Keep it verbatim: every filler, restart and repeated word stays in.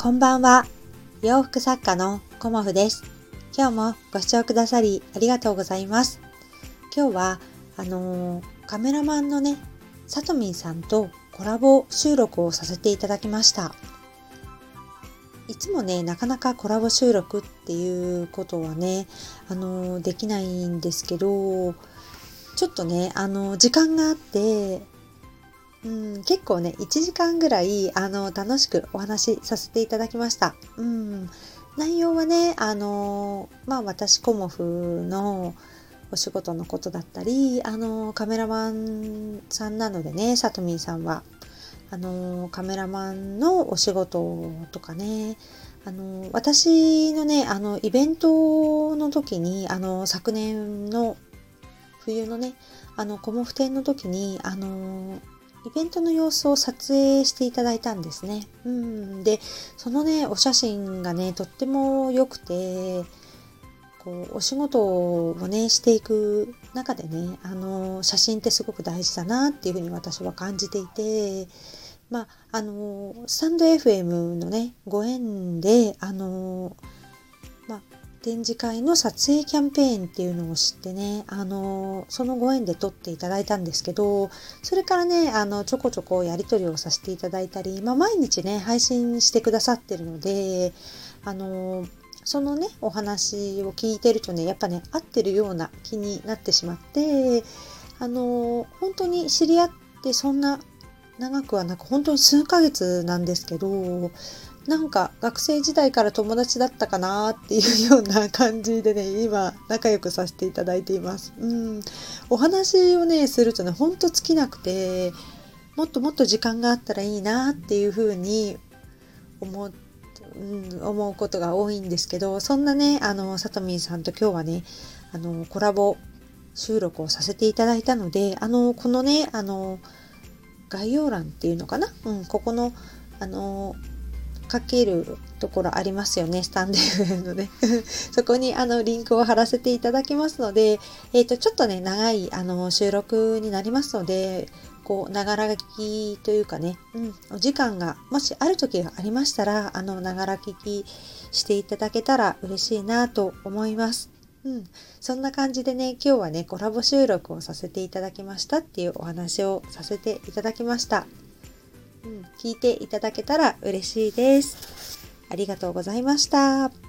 こんばんは。洋服作家のコモフです。今日もご視聴くださりありがとうございます。今日はあのー、カメラマンのね、さとみんさんとコラボ収録をさせていただきました。いつもね、なかなかコラボ収録っていうことはね、あのー、できないんですけど、ちょっとね、あのー、時間があって、うん、結構ねいちじかんぐらいあの楽しくお話しさせていただきました。うん、内容はねあのまあ私コモフのお仕事のことだったり、あのカメラマンさんなのでね、さとみんさんはあのカメラマンのお仕事とかね、あの私のねあのイベントの時にあの昨年の冬のねあのコモフ展の時にあのイベントの様子を撮影していただいたんですね。うん、で、そのね、お写真がね、とっても良くて、こう、お仕事をね、していく中でね、あの、写真ってすごく大事だなっていうふうに私は感じていて、まあ、あの、スタンド エフエム のね、ご縁で、あの、まあ、展示会の撮影キャンペーンっていうのを知ってね、あのそのご縁で撮っていただいたんですけど、それからねあのちょこちょこやり取りをさせていただいたり、まあ、毎日ね配信してくださってるので、あのそのねお話を聞いてるとねやっぱね合ってるような気になってしまって、あの本当に知り合ってそんな長くはなく本当に数ヶ月なんですけど、なんか学生時代から友達だったかなっていうような感じでね今仲良くさせていただいています。うん、お話をねするとねほんと尽きなくて、もっともっと時間があったらいいなっていうふうに思う、うん、思うことが多いんですけど、そんなねあのさとみんさんと今日はねあのコラボ収録をさせていただいたので、あのこのねあの概要欄っていうのかな、うん、ここのあの書けるところありますよね、スタンド エフエム のねそこにあのリンクを貼らせていただきますので、えーと、ちょっとね長いあの収録になりますので、こうながら聞きというかね、うん、お時間がもしある時がありましたらあのながら聞きしていただけたら嬉しいなと思います。うん、そんな感じでね今日はねコラボ収録をさせていただきましたっていうお話をさせていただきました。うん、聞いていただけたら嬉しいです。ありがとうございました。